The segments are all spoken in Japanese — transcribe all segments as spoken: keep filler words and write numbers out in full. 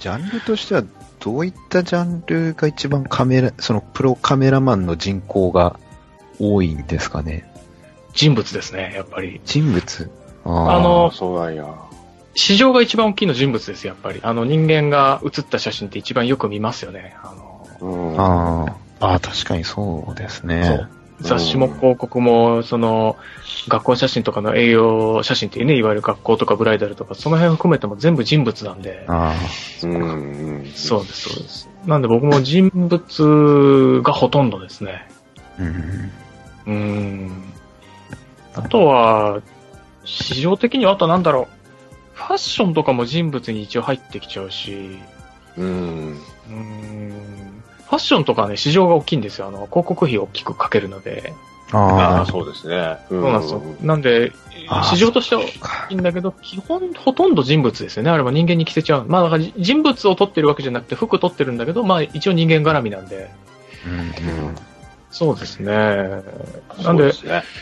ジャンルとしてはどういったジャンルが一番カメラ、そのプロカメラマンの人口が多いんですかね。 人物ですね、やっぱり。 人物。 ああの、 そうなんや。 市場が一番大きいの人物です、やっぱり。あの、人間が写った写真って一番よく見ますよね。あの、 うん、ああ、確かにそうですね。そう。 雑誌も広告も、その、学校写真とかの営業写真っていうね、いわゆる学校とかブライダルとか、その辺を含めても全部人物なんで。 ああ、 そうか。そうです、そうです。なんで僕も人物がほとんどですね。 うん。 うーん。あとは、市場的にはあとなんだろう。ファッションとかも人物に一応入ってきちゃうし。 うん。うーん。ファッションとかね、市場が大きいんですよ。あの、広告費を大きくかけるので。 ああ、そうですね。 うん、そうなんですよ。なんで、市場としては大きいんだけど、基本、ほとんど人物ですよね。あれは人間に着せちゃう。まあ、だから人物を撮ってるわけじゃなくて、服撮ってるんだけど、まあ、一応人間絡みなんで。 うんうん、 そうですね。なんで、そうね、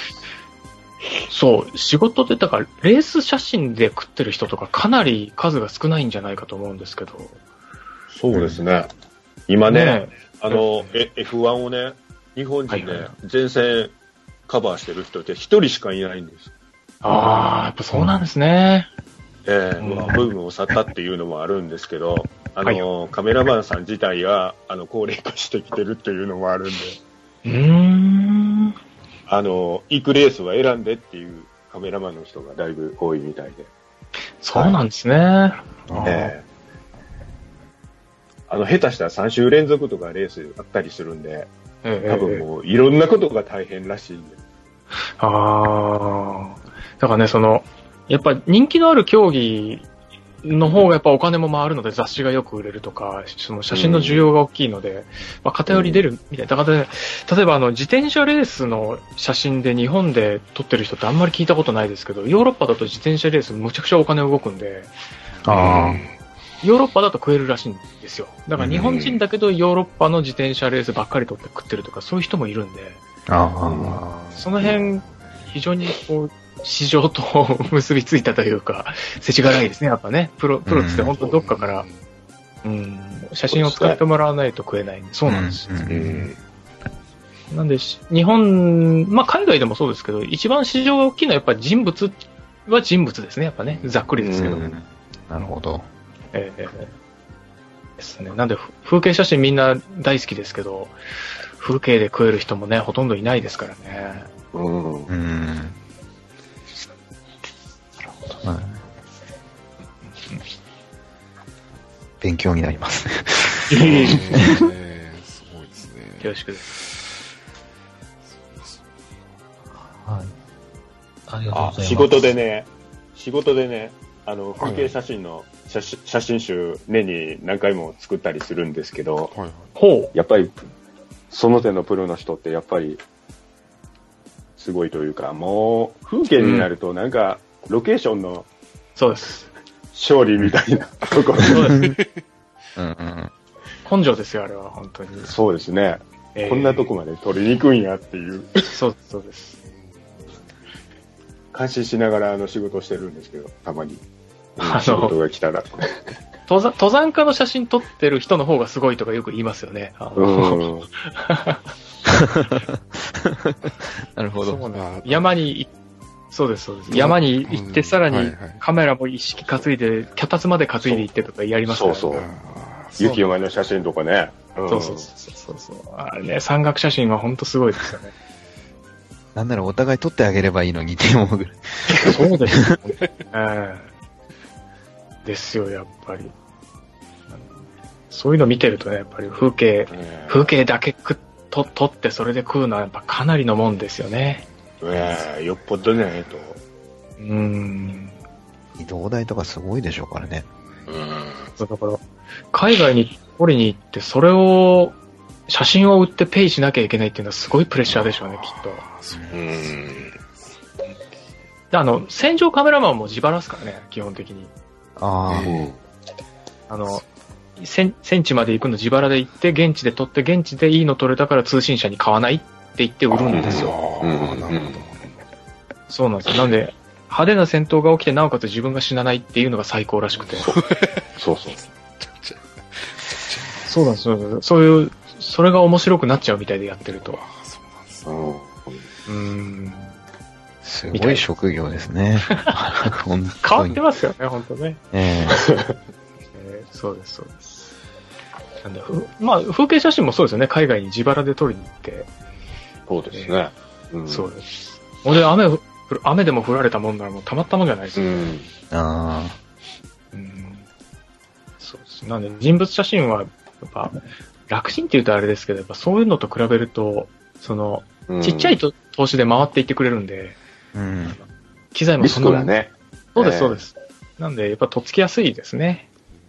そう、仕事で、だから、レース写真で食ってる人とかかなり数が少ないんじゃないかと思うんですけど。 そうですね。今ね、ねあの、エフワン をね、日本人で前線カバーしてる人って一人しかいないんです。 ああ、やっぱそうなんですね。 ええー、まあ、ブームを去ったっていうのもあるんですけど、あの、はい、カメラマンさん自体が、あの、高齢化してきてるっていうのもあるんで。 うーん。 あの、行くレースは選んでっていうカメラマンの人がだいぶ多いみたいで。 そうなんですね。 はい、ええーあの、下手したらさん週連続とかレースあったりするんで、えー、多分もういろんなことが大変らしいんで。 ああ。だからね、その、やっぱ人気のある競技の方がやっぱお金も回るので雑誌がよく売れるとか、その写真の需要が大きいので、うん、まあ、偏り出るみたいな。だから、ね、例えばあの、自転車レースの写真で日本で撮ってる人ってあんまり聞いたことないですけど、ヨーロッパだと自転車レースむちゃくちゃお金動くんで、 ああ。 ヨーロッパだと食えるらしいんですよ。だから日本人だけどヨーロッパの自転車レースばっかり取って食ってるとかそういう人もいるんで、 あその辺非常にこう市場と結びついたというか、世知辛いですね、やっぱね。プロ、プロって本当どっかから、うん、写真を使ってもらわないと食えないんで、そうなんですよ。うん、なんで、日本、まあ海外でもそうですけど、一番市場が大きいのはやっぱり人物は人物ですね、やっぱね。ざっくりですけど。 なるほど。 えー、ですね。なんで、風景写真みんな大好きですけど、風景で食える人もね、ほとんどいないですからね。 うん。うん。なるほど。勉強になりますね。 えー、すごいですね。 よろしくです。 はい。ありがとうございます。 仕事でね、仕事でね、あの、風景写真の写真、写真集年に何回も作ったりするんですけど、 はいはい、 やっぱりその手のプロの人ってやっぱりすごいというか、もう風景になるとなんかロケーションのそうです勝利みたいなところそうですうん、うん、根性ですよあれは本当に。 そうですね、えー、こんなとこまで撮りにくいんやっていうそうですそうです監視しながらあの仕事をしてるんですけど、たまに仕事が来たら登山、登山家の写真撮ってる人の方がすごいとかよく言いますよね。 うんなるほど。 そうなん山に、そうですそうです。山に行ってさらにカメラも一式担いで、脚立まで担いで行ってとかやりますからね。 そうそう。雪山の写真とかね。 うん、そうそうそうそう。あれね、山岳写真は本当すごいですよね。 なんならお互い撮ってあげればいいのにって思うぐらい。 そうですよね。えー、ですよ、やっぱり。そういうの見てるとね、やっぱり風景、風景だけくと撮ってそれで食うのはやっぱかなりのもんですよね。 えー、よっぽどね、と。 うーん。 移動代とかすごいでしょうからね。 うん。 だから、海外に撮りに行って、それを、写真を売ってペイしなきゃいけないっていうのはすごいプレッシャーでしょうね、きっと。 うん。 で、あの、戦場カメラマンも自腹ですからね、基本的に。 ああ、うん。 あの、戦地まで行くの自腹で行って、現地で撮って、現地でいいの撮れたから通信社に買わないって言って売るんですよ。 ああ、なるほど。 そうなんですよ。なんで、派手な戦闘が起きて、なおかつ自分が死なないっていうのが最高らしくて。 そうそう。 そうなんですよ。そういう、それが面白くなっちゃうみたいでやってると。 ああ、そうなんですね。 うーん。 すごい職業ですね。本当に変わってますよね、本当ね。 ええーそうです、そうです。なんで、ふまあ、風景写真もそうですよね。海外に自腹で撮りに行って。 そうですね。うん、 そうです。俺、雨ふ、雨でも降られたもんならもうたまったもんじゃないですよ。 うん。 えあうん。そうです。なんで、人物写真は、やっぱ、楽ちんって言うとあれですけど、やっぱそういうのと比べると、その、ちっちゃいと投資で回っていってくれるんで、 あ。うん。 機材もリスそんなクがね。 そうです、 えーそうです。なんで、やっぱとっつきやすいですね。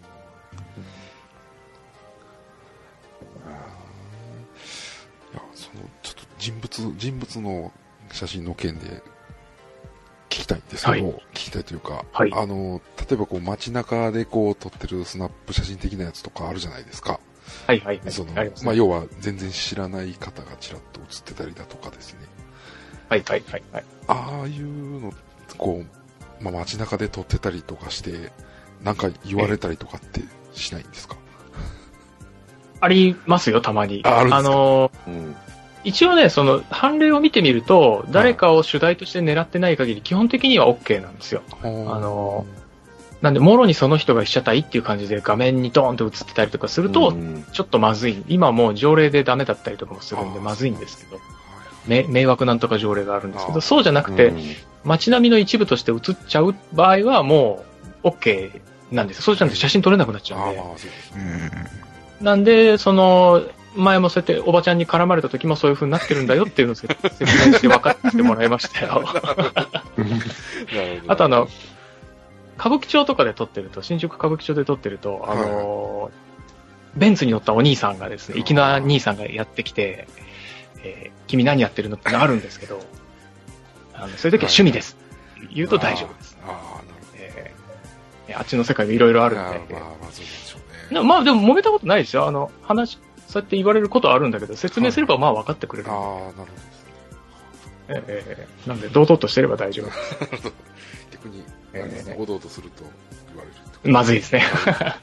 いや、その、ちょっと人物、人物の写真の件で聞きたいんですけど、 はい聞きたいというか、 はいあの、例えばこう街中でこう撮ってるスナップ写真的なやつとかあるじゃないですか。 はいはいはい。 その、 ありますねまあ、要は全然知らない方がちらっと写ってたりだとかですね。 はいはいはいはい。 ああいうの、こう、まあ、街中で撮ってたりとかして、なんか言われたりとかってしないんですか？ ありますよ、たまに。 ああるんですかの、 うん。 一応ね、その、判例を見てみると、誰かを主題として狙ってない限り、基本的には OK なんですよ。 ああの、なんで、もろにその人が被写体っていう感じで画面にドーンと映ってたりとかすると、 うんちょっとまずい。今もう条例でダメだったりとかもするんで、まずいんですけど、め迷惑なんとか条例があるんですけど、 あーそうじゃなくて、 うん街並みの一部として映っちゃう場合はもう OK なんですよ。そうじゃなくて写真撮れなくなっちゃうんで。 あーまあ、そうですうね。 ん。 なんで、その、前もそうやっておばちゃんに絡まれた時もそういう風になってるんだよっていうのを説説明して分かってもらいましたよ。 なるほどあとあの、歌舞伎町とかで撮ってると、新宿歌舞伎町で撮ってると、あの、ベンツに乗ったお兄さんがですね、粋な兄さんがやってきて、えー君何やってるのってのあるんですけど、あのそういう時は趣味です。言うと大丈夫です。 あーあー、なるほど。 えーあっちの世界もいろいろあるんいやで。 まあまあ、そうでしょうね。 なまあでも揉めたことないですよ。あの、話、そうやって言われることはあるんだけど、説明すればまあ分かってくれるんで。 ああ、なるほどですね。 えーなんで、堂々としてれば大丈夫。 逆に、 えーなんですねおどおどすると言われるってことまずいですね。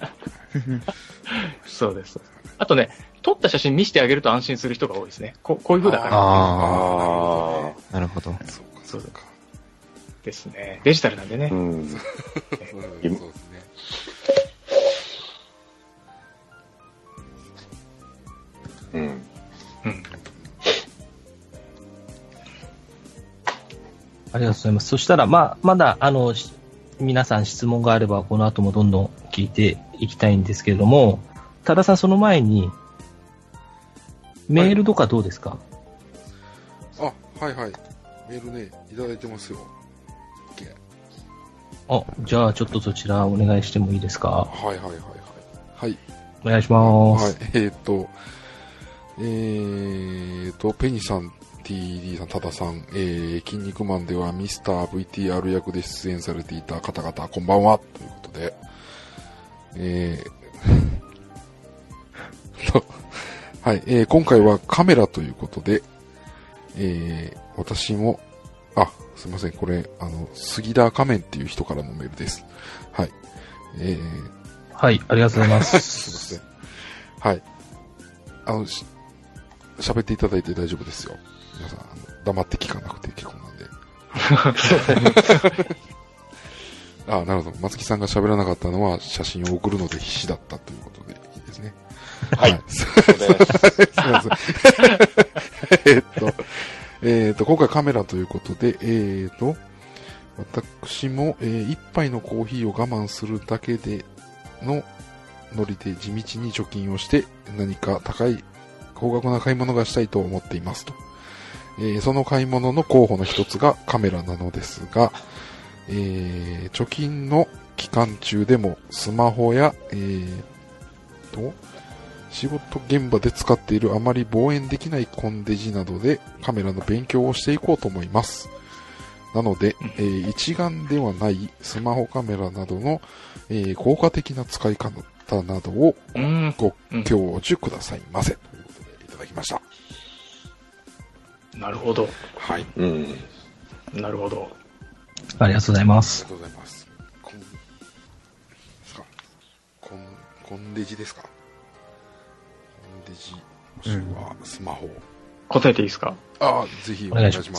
そうです。あとね、撮った写真見せてあげると安心する人が多いですね。ここういう風だからあああ、なるほど。 そうか、そうか。 ですね。デジタルなんでね。 あ。うん。 うんそうですね。 うん。 うん。 ありがとうございます。そしたら、まあ、まだ、あの、し皆さん質問があれば、この後もどんどん聞いていきたいんですけれども、多田さん、その前に、メールとかどうですか？ あ、はいはい。メールね、いただいてますよ。 あ、じゃあ、ちょっとそちらお願いしてもいいですか？ はいはいはいはい。はい。 お願いしまはいす。。 えーっと、えーっと、ペニさん、ティーディー さん、タダさん、えー、筋肉マンではミスター ブイティーアール 役で出演されていた方々、こんばんは、ということで、えー、と、はい、えー、今回はカメラということで、えー、私も、あ、すいません、これ、あの、杉田仮面っていう人からのメールです。はい。えー、 はい、ありがとうございますいす。 ません。はい。あの、し喋っていただいて大丈夫ですよ。皆さん、あの黙って聞かなくて結構なんで。あ、なるほど。松木さんが喋らなかったのは写真を送るので必死だったということでいいですね。 はい。 すそうです。 いません。えーっと、えーっと、今回カメラということで、えーっと、私も、えー一杯のコーヒーを我慢するだけでのノリで地道に貯金をして何か高い高額な買い物がしたいと思っていますと、えーその買い物の候補の一つがカメラなのですが、えー貯金の期間中でもスマホや、えーと仕事現場で使っているあまり望遠できないコンデジなどでカメラの勉強をしていこうと思います。なので、えー一眼ではないスマホカメラなどの、えー効果的な使い方などをうん。 ご教授くださいませ。ということでいただきました。 なるほど。 はい。ありうん。 なるほど。 ありがとうございますが。とうございます。コン、ですかコン、コンデジですかデジ、もしくはスマホ。 答えていいですか？ ああ、ぜひお願いします。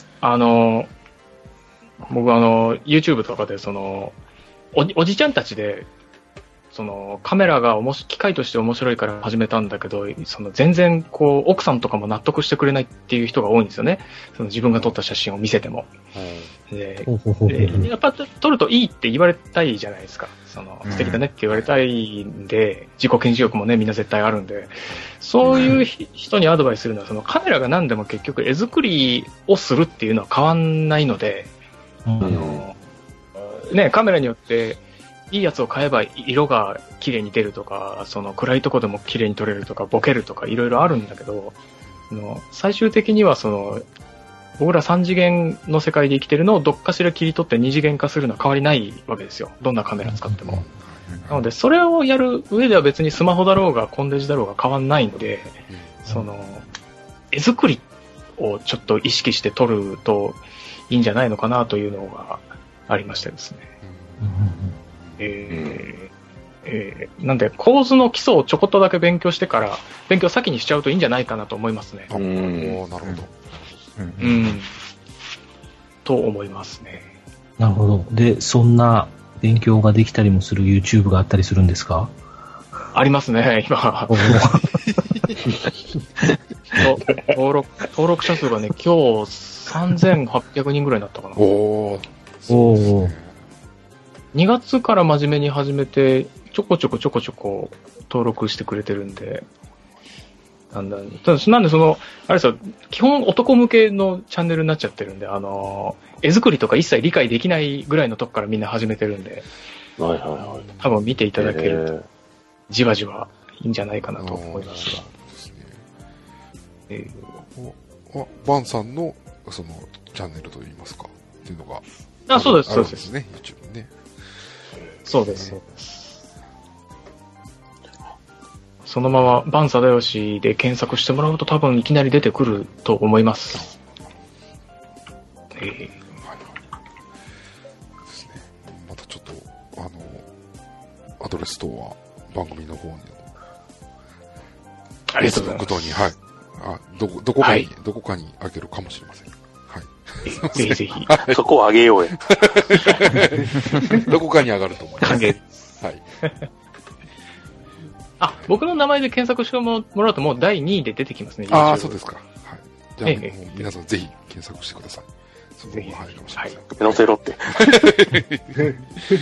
あの、僕あの、YouTube とかでその、おじ、おじちゃんたちで、そのカメラがおもし機械として面白いから始めたんだけど、その全然こう奥さんとかも納得してくれないっていう人が多いんですよね。その自分が撮った写真を見せても。ででやっぱ撮るといいって言われたいじゃないですか。その素敵だねって言われたいんで、自己顕示欲もねみんな絶対あるんで、そういう人にアドバイスするのは、そのカメラが何でも結局絵作りをするっていうのは変わんないので、うん、あのねカメラによっていいやつを買えば色が綺麗に出るとか、その暗いとこでも綺麗に撮れるとか、ボケるとかいろいろあるんだけど、あの最終的にはその僕らさん次元の世界で生きてるのをどっかしら切り取ってに次元化するのは変わりないわけですよ。どんなカメラ使っても。なのでそれをやる上では別にスマホだろうがコンデジだろうが変わんないんで、その絵作りをちょっと意識して撮るといいんじゃないのかなというのがありましてですね。えーえー、なんで構図の基礎をちょこっとだけ勉強してから勉強先にしちゃうといいんじゃないかなと思いますね。 うん、なるほど、 うんうん、と思いますね。 なるほど。でそんな勉強ができたりもする YouTube があったりするんですか？ ありますね今登録登録者数がね今日さんぜんはっぴゃくにんぐらいになったかな。 おーおーにがつから真面目に始めて、ちょこちょこちょこちょこ登録してくれてるんで、なんだ、ただなんでその、あれですよ、基本男向けのチャンネルになっちゃってるんで、あの、絵作りとか一切理解できないぐらいのとこからみんな始めてるんで、 はいはいはい。 多分見ていただけると、じわじわいいんじゃないかなと思いますが。 えー、バンさんの、その、チャンネルといいますか、っていうのが。 あ、そうです、そうです。 ですね、YouTube ね。 そうです、そうです。そのまま、バン貞義で検索してもらうと多分いきなり出てくると思います。えー、はい。 ですね。またちょっと、あの、アドレス等は番組の方に。 ありがとうございます。 ことに、はい。あ、どこ、どこかに、はい、どこかにあげるかもしれません。 はい。ぜひぜひ。 そこを上げようや。 どこかに上がると思います。 はい。あ、僕の名前で検索してもらうともうだいにいで出てきますね。 ああ、そうですか。はい。じゃあ、 ええ、 もう皆さんぜひ検索してください。その方が早いかもしれません。 載せろって。 ねえ、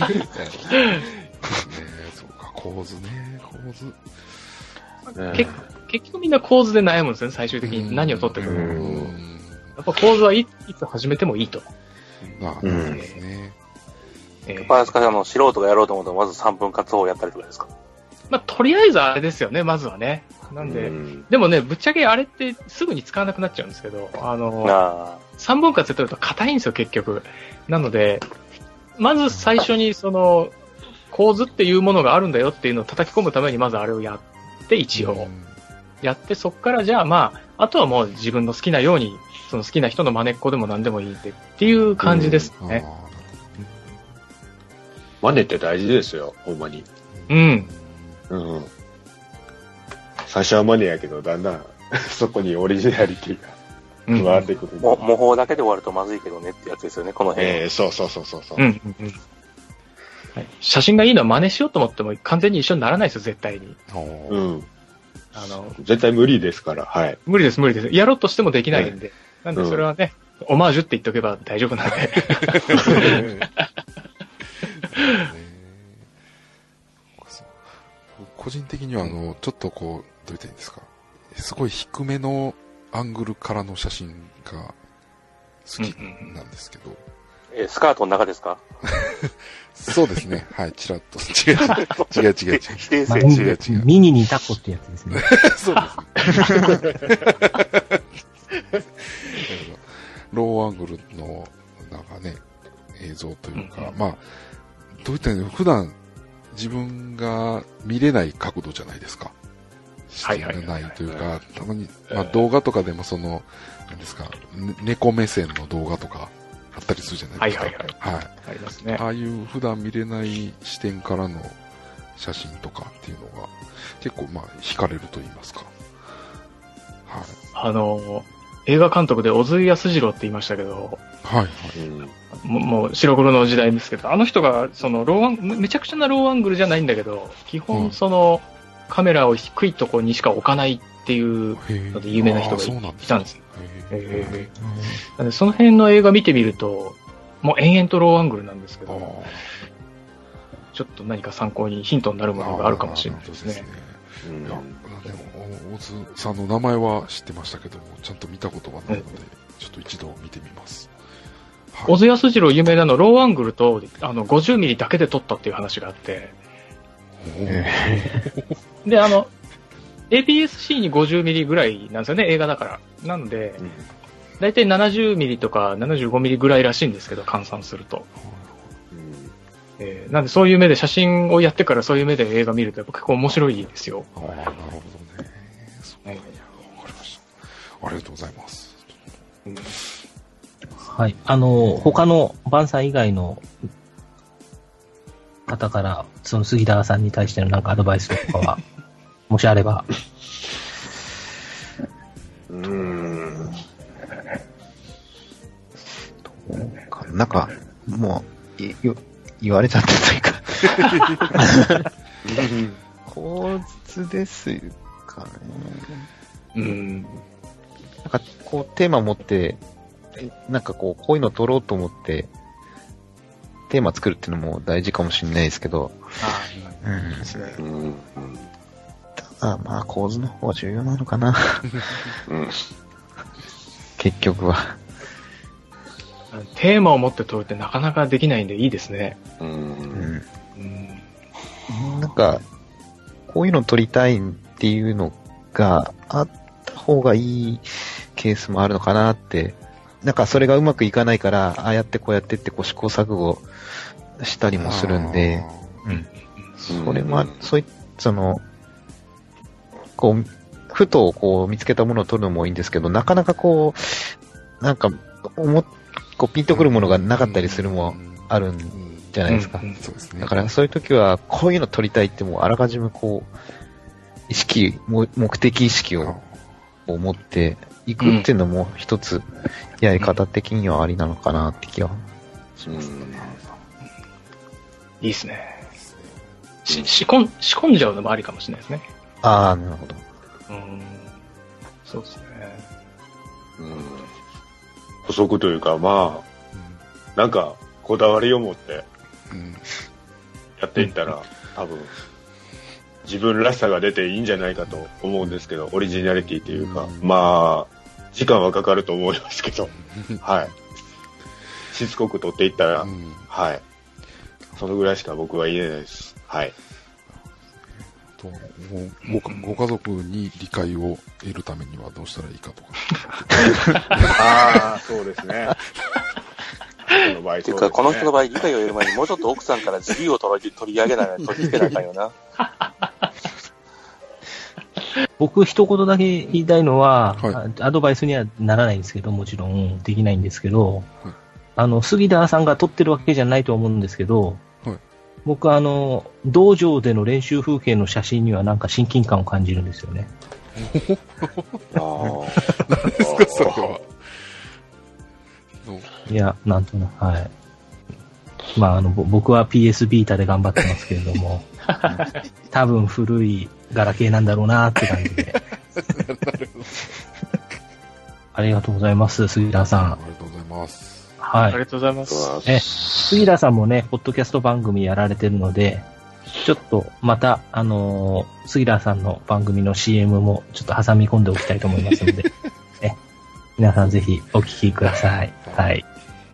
そうか、構図ね、構図。 結結局みんな構図で悩むんですね、最終的に何を撮ってくるのか。やっぱ構図はいつ始めてもいいと。 ああ、そうですね。 えー、パースカさんの素人がやろうと思ったらまずさんぷん割をやったりとかですか？ まあ、とりあえずあれですよね、まずはね。なんで、でもね、ぶっちゃけあれってすぐに使わなくなっちゃうんですけど、あの、あさんぶん割で撮ると硬いんですよ、結局。なので、まず最初にその、構図っていうものがあるんだよっていうのを叩き込むためにまずあれをやって、一応。やって、そっからじゃあまあ、あとはもう自分の好きなように、その好きな人の真似っこでも何でもいいってっていう感じですね。 真似って大事ですよ、ほんまに。 うん。 うん。最初は真似やけど、だんだんそこにオリジナリティが加わってくる、うん。 も模倣だけで終わるとまずいけどねってやつですよね、この辺。 えー、そうそうそうそうそう。 うんうんうん。はい、写真がいいのは真似しようと思っても完全に一緒にならないですよ、絶対に。 うん。 あの、 絶対無理ですから、はい。 無理です、無理です。やろうとしてもできないんで。はい、なんでそれはね、うん、オマージュって言っとけば大丈夫なんで。 個人的には、あの、ちょっとこう、どう言ったらいいんですか。すごい低めのアングルからの写真が好きなんですけど。 うんうん、え、スカートの中ですか？ そうですね。はい、ちらっと。違う違う違う違う。 否定性違う違う。ミニにタコってやつですね。 そうですね。ローアングルの、なんかね、映像というか、うん、まあ、どういったら普段自分が見れない角度じゃないですか。 はいはい。 ないというか、たまに、まあ動画とかでもその、なんですか、ね、猫目線の動画とかあったりするじゃないですか。 はいはいはい。はい。ありますね。 ああいう普段見れない視点からの写真とかっていうのが結構まあ惹かれると言いますか。はい。 あの、映画監督で小津安二郎って言いましたけど、 はいはい。 もうもう白黒の時代ですけど、あの人がそのローアンめちゃくちゃなローアングルじゃないんだけど、基本そのカメラを低いところにしか置かないっていうので有名な人が い, いたんですよ。えー、でその辺の映画見てみると、もう延々とローアングルなんですけど、ちょっと何か参考にヒントになるものがあるかもしれないですね。 いや、でも、大津さんの名前は知ってましたけども、ちゃんと見たことがないので、ちょっと一度見てみます。 はい、小津安二郎有名なの、ローアングルとあのごじゅうミリだけで撮ったっていう話があって、で、あの、エーピーエスシー にごじゅうミリぐらいなんですよね、映画だから。なので、だいたいななじゅうミリとかななじゅうごミリぐらいらしいんですけど、換算すると。えー、なんでそういう目で写真をやってからそういう目で映画見るとやっぱ結構面白いですよ。 ああ、なるほどね。そうなんや。わかりました。ありがとうございます。 うん、はい。あの、他のバンさん以外の方から、その杉田さんに対してのなんかアドバイスとかは、もしあれば。 うーん。 なんか、もう、い言われちゃったというか構図ですかね。 うん。 なんかこうテーマを持って、なんかこうこういうのを撮ろうと思ってテーマ作るっていうのも大事かもしれないですけど、 ああ、うんですね。 うん。 ただまあ構図の方が重要なのかな。 うん、 結局は。 テーマを持って撮るってなかなかできないんでいいですね。 うん。 うん、 なんか、こういうの撮りたいっていうのがあった方がいいケースもあるのかなって、なんかそれがうまくいかないから、ああやってこうやってってこう試行錯誤したりもするんで、うん。それも、そういった、その、こう、ふとこう見つけたものを撮るのもいいんですけど、なかなかこう、なんか、思っこうピンとくるものがなかったりするもあるんじゃないですか。だからそういう時はこういうの撮りたいってもうあらかじめこう意識、目的意識を持っていくっていうのも一つやり方的にはありなのかなって気はしますね。 いいですね。し仕込ん仕込んじゃうのもありかもしれないですね。 ああ、なるほど。 うん、そうですね。 うん補足というか、まあ、うん、なんか、こだわりを持って、やっていったら、うん、多分、自分らしさが出ていいんじゃないかと思うんですけど、オリジナリティというか、うん、まあ、時間はかかると思いますけど、はい。しつこく撮っていったら、うん、はい。そのぐらいしか僕は言えないです。はい。 とご, ご家族に理解を得るためにはどうしたらいいかとか。 ああ、そうですね。の場合っていうか、この人の場合、理解を得る前にもうちょっと奥さんから自由を取り取り上げないと取り付けなあかんよな。 僕一言だけ言いたいのは、 はい、 アドバイスにはならないんですけど、もちろんできないんですけど、はい、あの、杉田さんが撮ってるわけじゃないと思うんですけど、僕はあの、道場での練習風景の写真にはなんか親近感を感じるんですよね。 ああ。 何ですか、それは。 いや、なんとなく、はい。まあ、あの、僕は ピーエス ビータで頑張ってますけれども、多分古いガラケーなんだろうなって感じで。ありがとうございます、杉田さん。 ありがとうございます。 はい。ありがとうございます。 え、杉田さんもね、ポッドキャスト番組やられてるので、ちょっとまた、あのー、杉田さんの番組の シーエム もちょっと挟み込んでおきたいと思いますので、え皆さんぜひお聞きください。はい。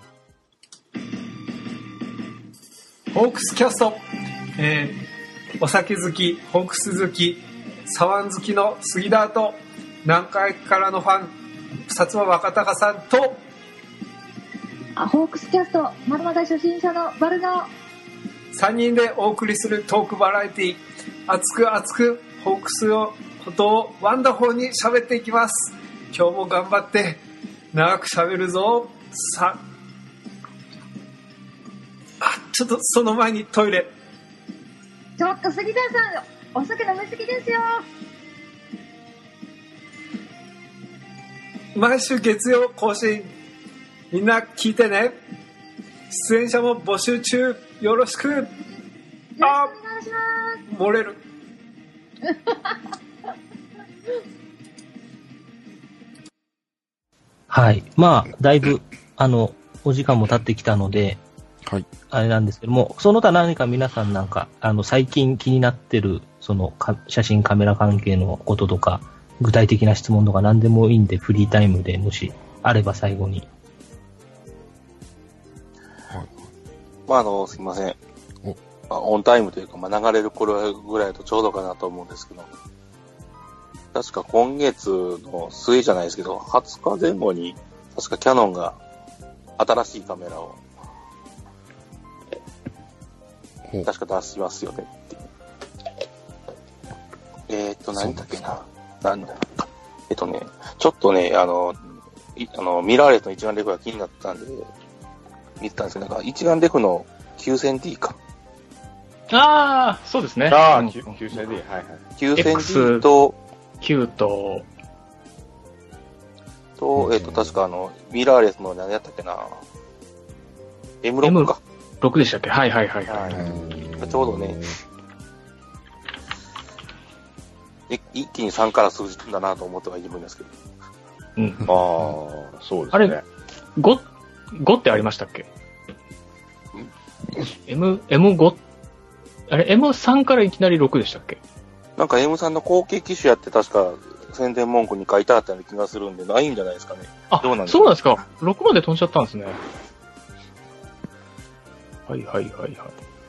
ホークスキャスト、えー、お酒好き、ホークス好き、サワン好きの杉田と、南海からのファン、薩摩若隆さんと、 ホークスキャスト、まだまだ初心者のバルのさんにんでお送りするトークバラエティ、熱く熱くホークスのことをワンダフォーに喋っていきます。今日も頑張って長く喋るぞ。さあ、ちょっとその前にトイレ。 ちょっと杉田さん、お酒飲みすぎですよ。 毎週月曜更新。みんな聞いてね。出演者も募集中。よろしく。 よろしくお願いします。 漏れる。 はい。まあ、だいぶ、あの、お時間も経ってきたので、 はい。 あれなんですけども、その他何か皆さんなんか、あの、最近気になってる、そのか、写真カメラ関係のこととか、具体的な質問とか何でもいいんで、フリータイムでもしあれば最後に。 はい。 まあ、あの、すいません。 おまあ、オンタイムというか、まあ、流れる頃ぐらいだとちょうどかなと思うんですけど、確か今月の末じゃないですけど、はつかぜん後に、確かキヤノンが新しいカメラを、 ほう。 確か出しますよねっていう。えーっと、何だっけな。なんだえっとね、ちょっとね、あの、いあのミラーレスの一眼レフが気になったんで、見てたんですけど、なんか一眼レフの きゅうせんディー か。 ああ、そうですね。 ああ、 うんきゅうせんディー、はいはい。 きゅうせんディー と、 きゅうと、 と、えっと、確かあの、ミラーレスの何やったっけな。エムろく か。 ろくでしたっけ？はいはいはいはい。 ちょうどね、い一気にさんから数字だなと思ってはいるんですけど。 うん。 ああ、そうですね。 あれ、ご、ごってありましたっけ？ M、エムご、あれ、エムさん からいきなりろくでしたっけ？ なんか エムさん の後継機種やって確か宣伝文句に書いてあったような気がするんで、ないんじゃないですかね。 あ、 どうなんですか？ そうなんですか。ろくまで飛んじゃったんですね。はいはいはいはい。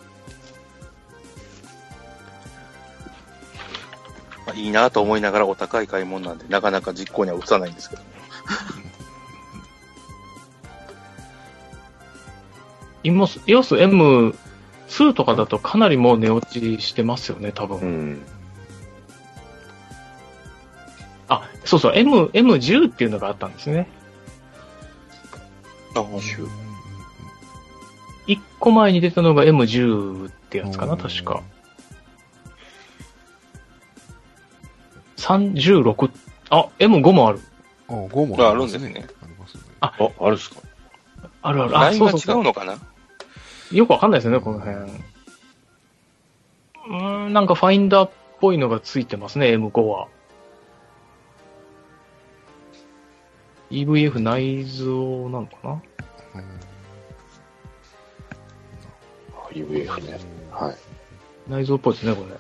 まあ、いいなと思いながらお高い買い物なんで、なかなか実行には移さないんですけど。 イモス、イオス エムツー とかだとかなりもう値落ちしてますよね、多分。 うん。 あ、そうそう、M、エムじゅう っていうのがあったんですね。 あ、 いっこまえに出たのが エムじゅう ってやつかな、確か。さんじゅうろく、あ、エムご もある。 あ、ごもあるんですね。 ありますね。 あ、 あ、あるっすか？ あるある。あ、 ラインが違そうそううのかな？ よくわかんないですよね、この辺。うーん、なんかファインダーっぽいのがついてますね、エムご は。イーブイエフ 内蔵なのかな？ ユーエフ ね。はい。 内蔵っぽいですね、これ。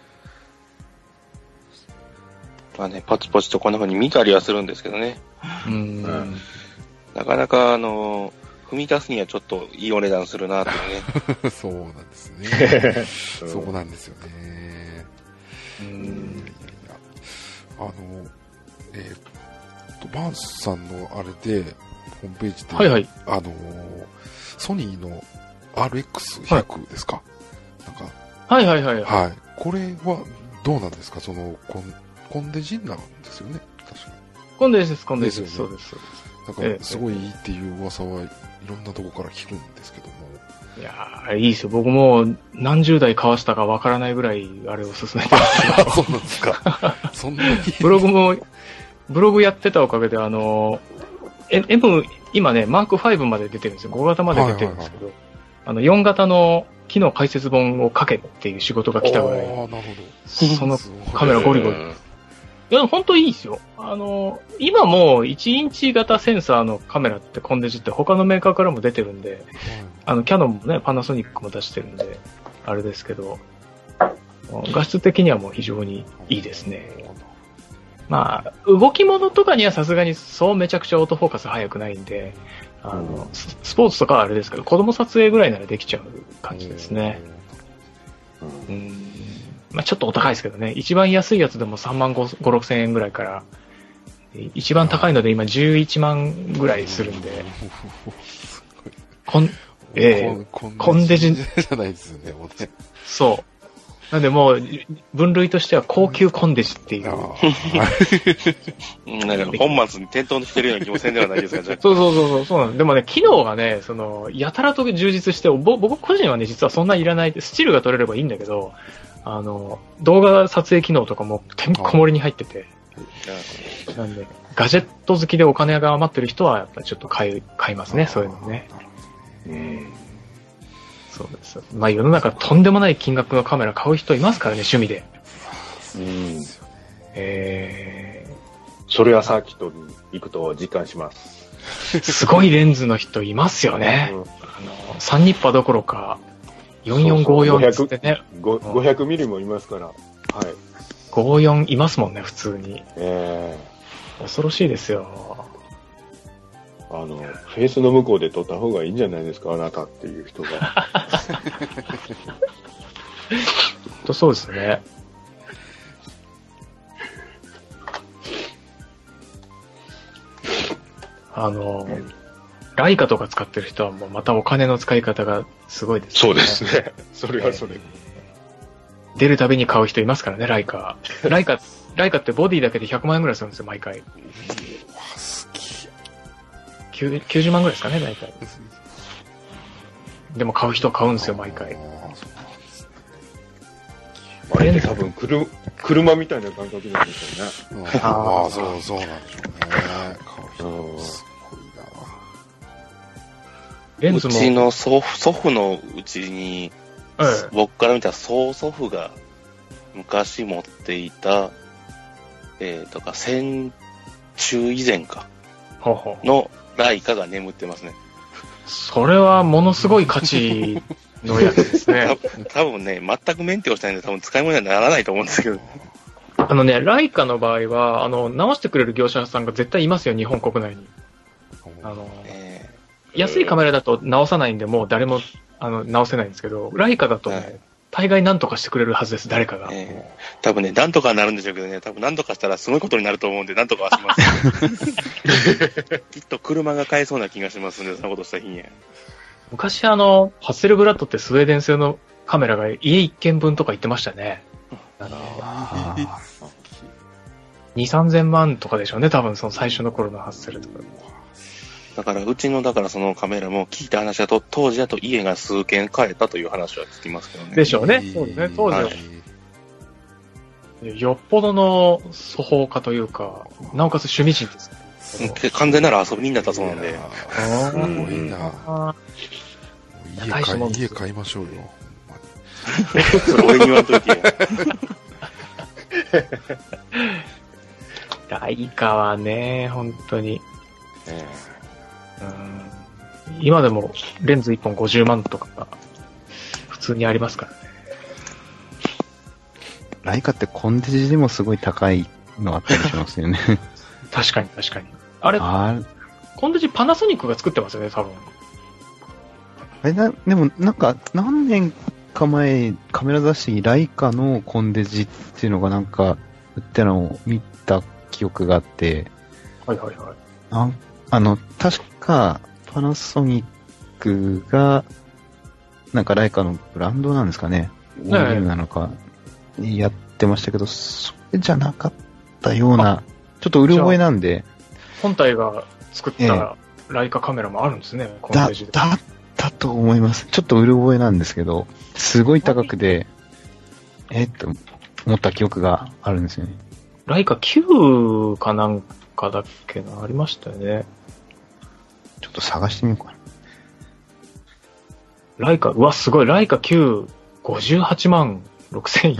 まあね、パチパチとこんな風に見たりはするんですけどね。 うーん。 なかなか、あの、踏み出すにはちょっといいお値段するなっていうね。 そうなんですね。そうなんですよね。 うーん。 いやいやいや。あの、えーっと、バーンスさんのあれで、ホームページで、 はいはい。 あの、ソニーの アールエックスひゃく ですか、なんか、 はいはいはい。 はい。これはどうなんですか？その、コン、コンデジなんですよね、確かコンデンスです、コンデンスです。 ですよねそうです、そうです。 に。なんか、すごいいいっていう噂はいろんなとこから聞くんですけども。 いやー、いいですよ。僕もう何十台交わしたかわからないぐらい、あれを進めてますけど。 そうなんですか。そんなに。 ブログも、ブログやってたおかげで、あの、え M、今ね、マークファイブまで出てるんですよ。ご型まで出てるんですけど、あの、よん型の機能解説本を書けっていう仕事が来たぐらい、 ああ、なるほど。 そのカメラゴリゴリ。いや、本当いいですよ。あの、今もういちインチ型センサーのカメラってコンデジって他のメーカーからも出てるんで、あの、キヤノンもね、パナソニックも出してるんで、あれですけど、画質的にはもう非常にいいですね。まあ、動き物とかにはさすがにそうめちゃくちゃオートフォーカス速くないんで、あの、ススポーツとかはあれですけど、子供撮影ぐらいならできちゃう感じですね。うん。まあちょっとお高いですけどね。一番安いやつでもさんまんご、ろくせんえんぐらいから、一番高いので今じゅういちまんぐらいするんで、こん、ええコンコンデジじゃないですよね、もうね。 そう。 なんでもう、分類としては高級コンデジっていう。 うんなんか本末に転倒してるような気もせんではないですか、じゃあ。 そうそうそうそう、そうなんでもね、機能がね、その、やたらと充実して、ぼ僕個人はね、実はそんないらない、スチールが取れればいいんだけど、あの、動画撮影機能とかもてんこ盛りに入ってて、なんで、ガジェット好きでお金が余ってる人は、やっぱりちょっと買い、買いますね、そういうのね。 うんそうです。まあ世の中とんでもない金額のカメラ買う人いますからね、趣味で。 うん。 えそれはサーキットに行くと実感します。 ー、すごいレンズの人いますよね。 うんあの、さんニッパどころか、よんよんごよんつってね、 ごごひゃくミリもいますから。はい。 ごじゅうよんいますもんね、普通に。 え恐ろしいですよ。 ー、あの、フェイスの向こうで撮った方がいいんじゃないですか、あなたっていう人が。 とそうですね。あの、ライカとか使ってる人はもうまたお金の使い方がすごいですね。 そうですね。それはそれ。 出るたびに買う人いますからね、ライカ。ライカ、ライカってボディだけでひゃくまんえんぐらいするんですよ、毎回。 わ、好き。 きゅうきゅうじゅうまんぐらいですかね、大体。でも買う人は買うんですよ、毎回。 あれって多分車、車みたいな感覚なんですよね。 うんああ、そう、そうなんでしょうね。買ううん人すごいな。 レンズも。 うちの祖父祖父のうちに、 ええ僕から見たら曽祖父が昔持っていた、えー、とか、戦中以前か、 ほうほうのライカが眠ってますね。 それはものすごい価値のやつですね。 多分ね、全くメンテをしたいんで多分使い物にはならないと思うんですけど。 あのね、ライカの場合は、あの、直してくれる業者さんが絶対いますよ、日本国内に。あの、 え安いカメラだと直さないんで、もう誰も、あの、直せないんですけど、ライカだとね、 はい大概何とかしてくれるはずです、誰かが。 ーえー多分ね、なんとかなるんでしょうけどね、多分なんとかしたらすごいことになると思うんで、なんとかはします。きっと車が買えそうな気がしますね、そんなことした日に。 昔あの、ハッセルブラッドってスウェーデン製のカメラが家一軒分とか言ってましたね。あの、 あーに、さんぜんまんとかでしょうね、多分その最初の頃のハッセルとか。 だから、うちの、だからそのカメラも聞いた話だと、当時だと家が数軒買えたという話は聞きますけどね。 でしょうね。そうですね、当時は。よっぽどの粗法家というか、なおかつ趣味人です。 うん完全なら遊び人だったそうなんで。 すごいな。 あ家大したもんです買い、家買いましょうよ。 それ俺に言わんといてよ。 ーライカはね、本当に。 えうん今でもレンズいっぽんごじゅうまんとかが普通にありますからね。 ライカってコンデジでもすごい高いのあったりしますよね。 確かに確かに。あれ、 あコンデジパナソニックが作ってますよね、多分。 あれな、でもなんか何年か前カメラ雑誌にライカのコンデジっていうのがなんか売ってるのを見た記憶があって、 はいはいはい。 ああの、確かパナソニックがなんかライカのブランドなんですかね。オーディオなのかやってましたけど、それじゃなかったような、ちょっとうる覚えなんで、 本体が作ったライカカメラもあるんですね、コンだ、 デジで。 だったと思います。ちょっとうる覚えなんですけど、すごい高くて、えっと思った記憶があるんですよね。 ライカきゅうかなんかだっけな、ありましたよね。 ちょっと探してみようかな。 ライカ、うわ、すごい、ライカきゅう、ごじゅうはちまんろくせんえん。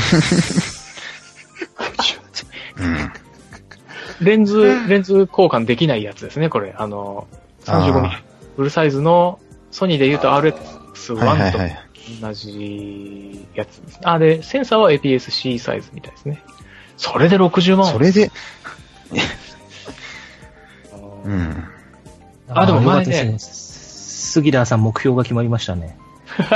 うん。 レンズ、レンズ交換できないやつですね、これ。あの、さんじゅうごミリあ。 フルサイズの、ソニーで言うと アールエックスワン とはいはいはい。 同じやつですね。あ、で、センサーは エーピーエスシー サイズみたいですね。それでろくじゅうまん。 それで、うん。 あでも前ねよかったです杉田さん目標が決まりましたね。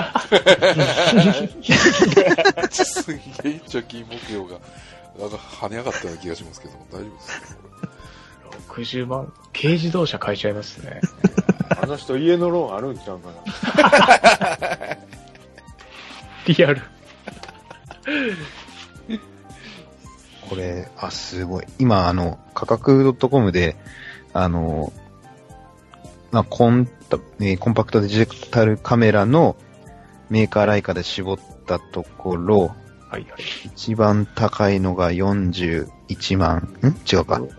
すげえ貯金目標が、なんか跳ね上がったような気がしますけど、大丈夫ですか？ ろくじゅうまん。軽自動車買えちゃいますね。 あの人家のローンあるんちゃうかな。 リアル。 これ、あ、すごい。今、あの、価格 .com で、あの、まあ、コンタ、えーコンパクトデジタルカメラのメーカーライカで絞ったところ、 はいはい。 一番高いのがよんじゅういちまん、ん違うか。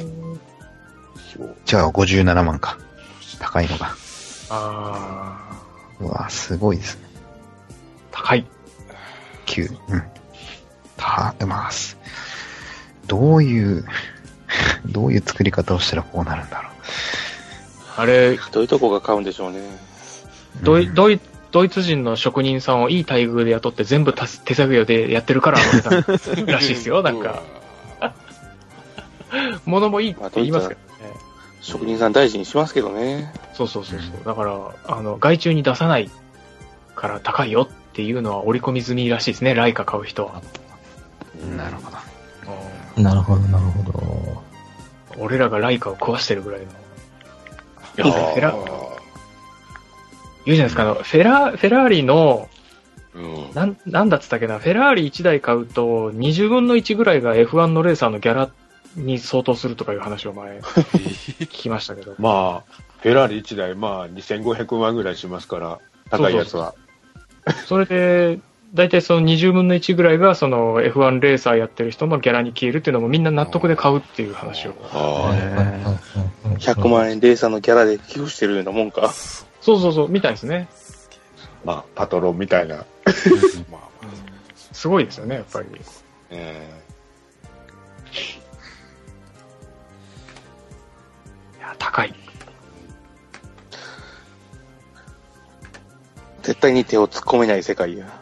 違う、ごじゅうななまんか。高いのが。 あうわ、すごいですね。 ー、高い。 きゅう。うん。た、まあ、すどういう、どういう作り方をしたらこうなるんだろう。 あれ、 どういうとこが買うんでしょうね。 ドイうんドイドイツ人の職人さんをいい待遇で雇って全部たす手作業でやってるから、あの値段らしいですよ、なんか。物もいいって言いますけどね。 職人さん大事にしますけどね。 そうそうそうそう。だから、あの、外注に出さないから高いよっていうのは織り込み済みらしいですね、ライカ買う人は。 なるほど。 なるほど、なるほど。 俺らがライカを壊してるぐらいの。いや、フェラ、言うじゃないですか、あの、フェラ、フェラーリの、 うん。 なん、なんだっつったっけな、フェラーリいちだい買うと、にじゅうぶんのいちぐらいが エフワン のレーサーのギャラに相当するとかいう話を前、聞きましたけど。 まあ、フェラーリいちだい、まあ、にせんごひゃくまんぐらいしますから、高いやつは。 それで、だいたいそのにじゅうぶんのいちぐらいが、その エフワン レーサーやってる人のギャラに消えるっていうのもみんな納得で買うっていう話を。 あひゃくまん円レーサーのギャラで寄付してるようなもんか。 そうそうそう、みたいですね。 まあ、パトロンみたいな。 まあすごいですよね、やっぱり。 えいや、高い。 絶対に手を突っ込めない世界や。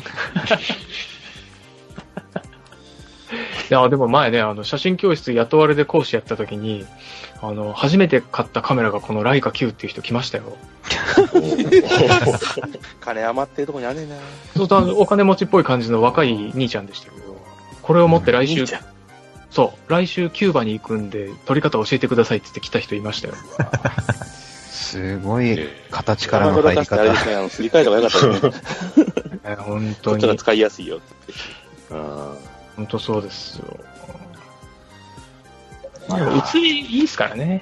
いや、でも前ね、あの、写真教室雇われで講師やった時に、あの、初めて買ったカメラがこのライカ Q っていう人来ましたよ。 金余ってるとこにあんねんな。 そうするとお金持ちっぽい感じの若い兄ちゃんでしたけど、これを持って来週、 兄ちゃんそう、来週キューバに行くんで、撮り方教えてくださいって言って来た人いましたよ。 すごい形からの入りあれです方。 ね、あの、すり替えた方がよかったね。 え本当に、 こっちが使いやすいよってあ本当そうですよ。まあ、でも写りいいですからね。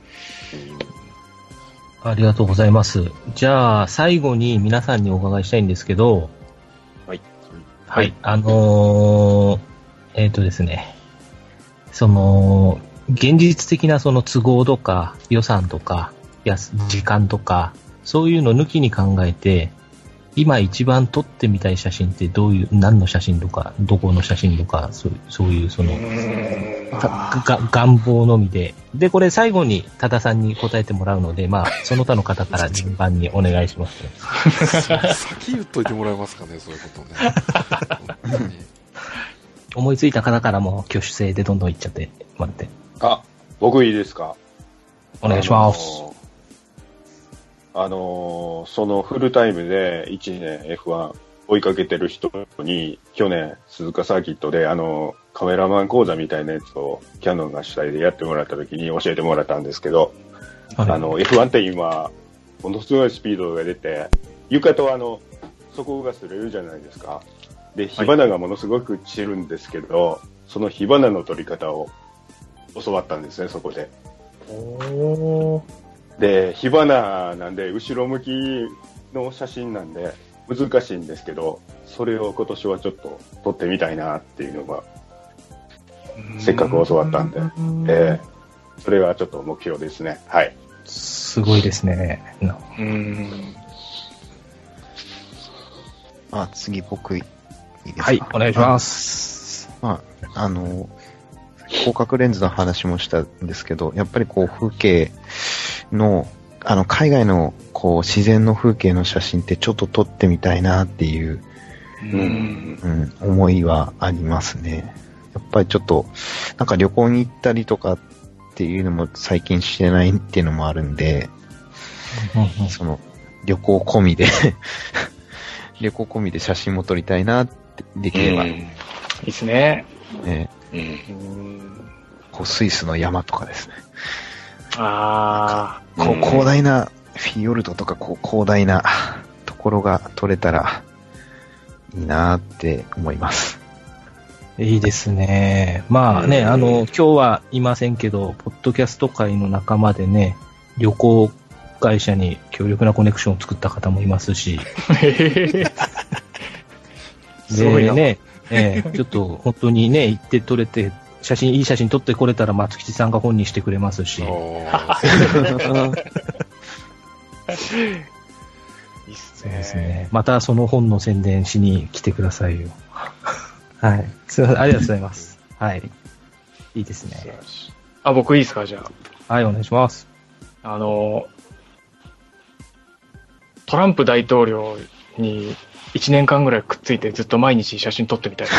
ありがとうございます。じゃあ、最後に皆さんにお伺いしたいんですけど、 はい。 はい。あのー、えっ、とですね、その、現実的なその都合とか予算とか、やす時間とか、そういうの抜きに考えて、今一番撮ってみたい写真ってどういう、何の写真とか、どこの写真とか、そうそういうその、がが願望のみで。で、これ最後に多田さんに答えてもらうので、まあ、その他の方から順番にお願いします、ね。 先言っといてもらえますかね、そういうことね。本当に思いついた方からも挙手制でどんどんいっちゃってもらって。 あ、僕いいですか？ お願いします。 あのー、そのフルタイムでいちねん エフワン 追いかけてる人に、去年鈴鹿サーキットであの、カメラマン講座みたいなやつをキャノンが主体でやってもらった時に教えてもらったんですけど、 はい、 あの、エフワン って今、ものすごいスピードが出て、床とあの、底が擦れるじゃないですか。で、火花がものすごく散るんですけど、はい、その火花の取り方を教わったんですね、そこで。 おー。 で、火花なんで、後ろ向きの写真なんで、難しいんですけど、それを今年はちょっと撮ってみたいなっていうのが、せっかく教わったんで、えー、それがちょっと目標ですね。はい。 すごいですね。 うん。 あ、次僕いいですか？ はい、お願いします。 まあ、あの、広角レンズの話もしたんですけど、やっぱりこう風景の、あの海外のこう自然の風景の写真ってちょっと撮ってみたいなっていう、 うんうん、思いはありますね。やっぱりちょっと、なんか旅行に行ったりとかっていうのも最近してないっていうのもあるんで、その旅行込みで、旅行込みで写真も撮りたいなってできれば。 いいですね。 ね、 うん、 こうスイスの山とかですね。 ああ、こう広大なフィヨルドとかこう広大なところが撮れたらいいなって思います。 いいですね。まあね、あの、今日はいませんけど、ポッドキャスト界の仲間でね、旅行会社に強力なコネクションを作った方もいますし。 すごいな。 でね、えー、ちょっと本当にね、行って撮れて、写真、いい写真撮ってこれたら松吉さんが本にしてくれますし。 いいっすね。 そうですね。またその本の宣伝しに来てくださいよ。はい。すいません。ありがとうございます。はい。いいですね。 あ、僕いいですか、じゃあ。はい、お願いします。 あの、トランプ大統領にいちねんかんぐらいくっついてずっと毎日写真撮ってみたい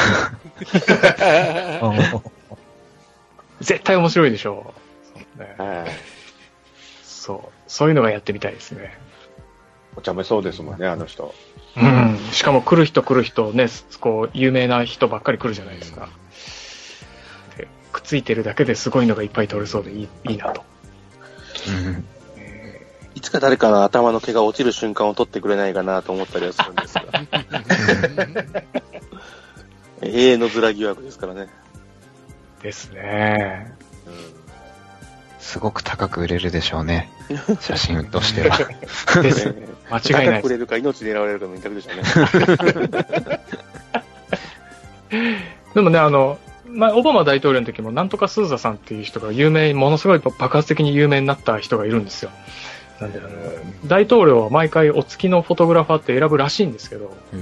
な。絶対面白いでしょう、ね。そう。そういうのがやってみたいですね。 お茶目そうですもんね、あの人。 うん。しかも来る人来る人ね、こう、有名な人ばっかり来るじゃないですか。でくっついてるだけですごいのがいっぱい撮れそうでいい、いいなと。 うんえー、いつか誰かの頭の毛が落ちる瞬間を撮ってくれないかなと思ったりはするんですが。永遠のズラ疑惑ですからね。 ですね。 うん、すごく高く売れるでしょうね。写真としては。 ですね。間違いない。 高く売れるか命狙われるかの二択でしょうね。でもね、あの、まあ、オバマ大統領の時もなんとかスーザさんっていう人が有名、ものすごい爆発的に有名になった人がいるんですよ。なんで、あの、大統領は毎回お付きのフォトグラファーって選ぶらしいんですけど、うん、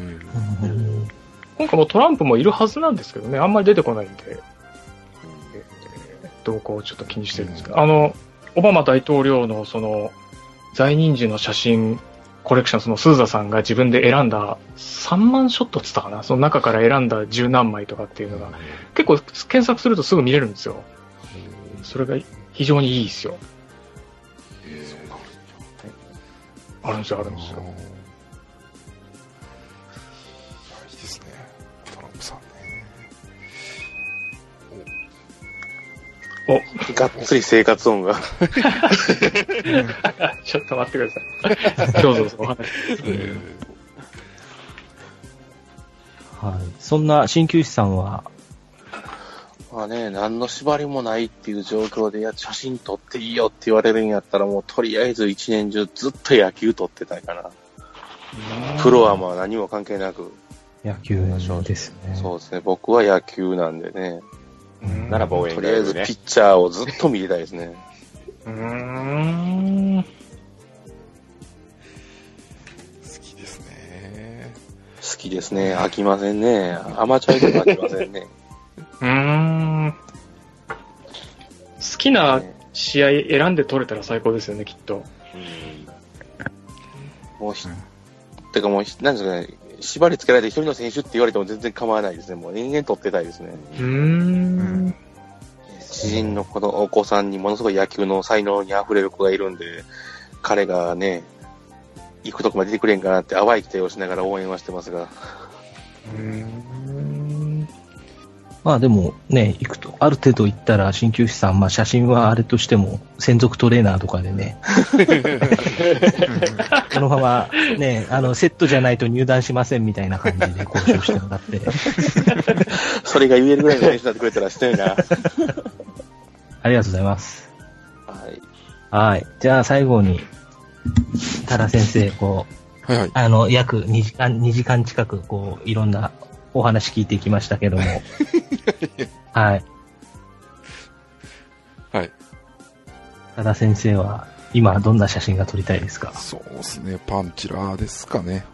今回もトランプもいるはずなんですけどね、あんまり出てこないんで、えー、動向をちょっと気にしてるんですけど、あの、オバマ大統領のその、在任時の写真コレクション、そのスーザさんが自分で選んださんまんショットって言ったかな、その中から選んだ十何枚とかっていうのが、結構検索するとすぐ見れるんですよ。それが非常にいいですよ。あるんですよ、あるんですよ。 いいですね、トランプさんね。 お、がっつり生活音が。 ちょっと待ってください。どうぞどうぞお話。 はい。そんな鍼灸師さんは、 まあね、何の縛りもないっていう状況で、いや、写真撮っていいよって言われるんやったら、もうとりあえず一年中ずっと野球撮ってたいかな。プロはまあ何も関係なく。 野球ですね。 そうですね。僕は野球なんでね。 なら防衛、ね、 とりあえずピッチャーをずっと見てたいですね。 うーん。 好きですね。 好きですね。飽きませんね。アマチュアでも飽きませんね。 うーん。好きな試合選んで取れたら最高ですよね、きっと。 うん、もうひ、うん、てかもう、なんですかね、縛り付けられて一人の選手って言われても全然構わないですね。もう延々取ってたいですね。 うーん。 知人の子のお子さんにものすごい野球の才能に溢れる子がいるんで、彼がね、行くとこまで出てくれんかなって淡い期待をしながら応援はしてますが。うーん。 まあでもね、行くと、ある程度行ったら鍼灸師さん、まあ写真はあれとしても専属トレーナーとかでね、このままね、あのセットじゃないと入団しませんみたいな感じで交渉してもらって。 それが言えるぐらいの選手になってくれたらしたいな。 ありがとうございます。 はい。 はい。じゃあ最後に、多田先生、こう、はいはい、あの、約にじかん、にじかん近く、こう、いろんなお話聞いてきましたけども。はい。 はい。 多田先生は、今どんな写真が撮りたいですか？ そうですね、パンチラーですかね。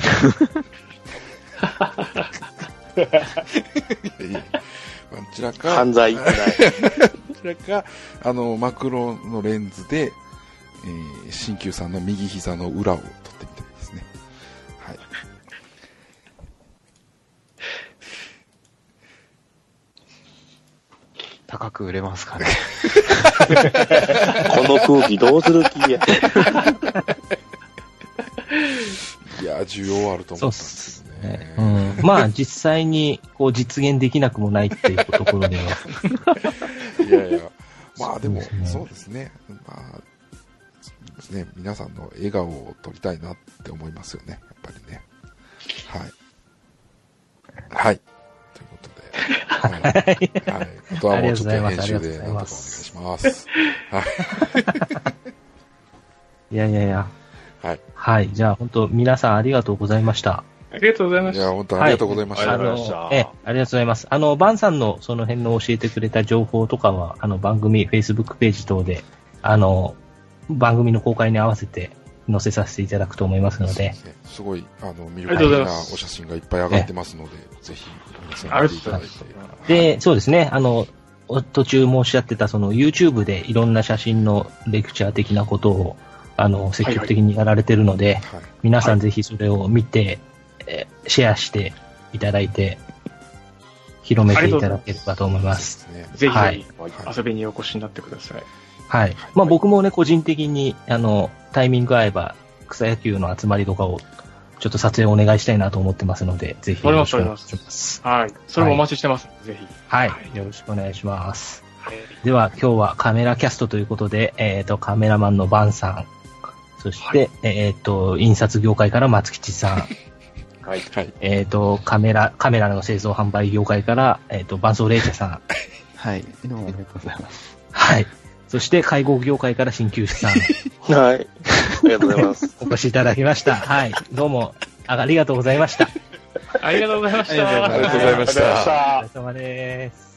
いやいやパンチラか。 犯罪。 パンチラか、あの、マクロのレンズで、えー、鍼灸さんの右膝の裏を撮ってみたいですね。はい。 高く売れますかね。 この空気どうする気や。 いや、需要あると思ったんですけどね。 うん、まあ、実際にこう実現できなくもないっていうところでは。 いやいや、まあでも、そうですね。まあ、そうですね。皆さんの笑顔を撮りたいなって思いますよね。やっぱりね。はい。 はい。ということで。はい。はい。あとはもうちょっと編集でなんとかお願いします。はい。 いやいやいや。 はい。 はい。じゃあ本当皆さんありがとうございました。 ありがとうございました。 いや、本当ありがとうございました。 はい、ありがとうございました。 え、ありがとうございます。あの、バンさんのその辺の教えてくれた情報とかは、あの、番組、Facebook ページ等で、あの、番組の公開に合わせて載せさせていただくと思いますので。 すごい、あの、魅力的なお写真がいっぱい上がってますので、ぜひ、皆さん見ていただいて。 で、そうですね、あの、途中申し上げた、その YouTube でいろんな写真のレクチャー的なことを、あの、積極的にやられてるので、はいはい、皆さんぜひそれを見て、えー、シェアしていただいて、広めていただければと思います。 ぜひぜひ、はい、遊びにお越しになってください。 はい。まあ僕もね、個人的に、あの、タイミング合えば、草野球の集まりとかを、ちょっと撮影をお願いしたいなと思ってますので、ぜひよろしくお願いします。 はい。それもお待ちしてます。はい、ぜひ。 はい。よろしくお願いします。はい、では、今日はカメラキャストということで、えっと、カメラマンのバンさん、そして、はい、えっと、印刷業界から松吉さん、 はい。 えっ、ー、と、カメラ、カメラの製造販売業界から、えっ、ー、と、伴奏レイチャさん。 はい。どうもありがとうございます。 はい。そして、介護業界から鍼灸師さん。 はい。ありがとうございます。 お越しいただきました。はい。どうも、ありがとうございました。 ありがとうございました。 ありがとうございました。 お疲れ様です。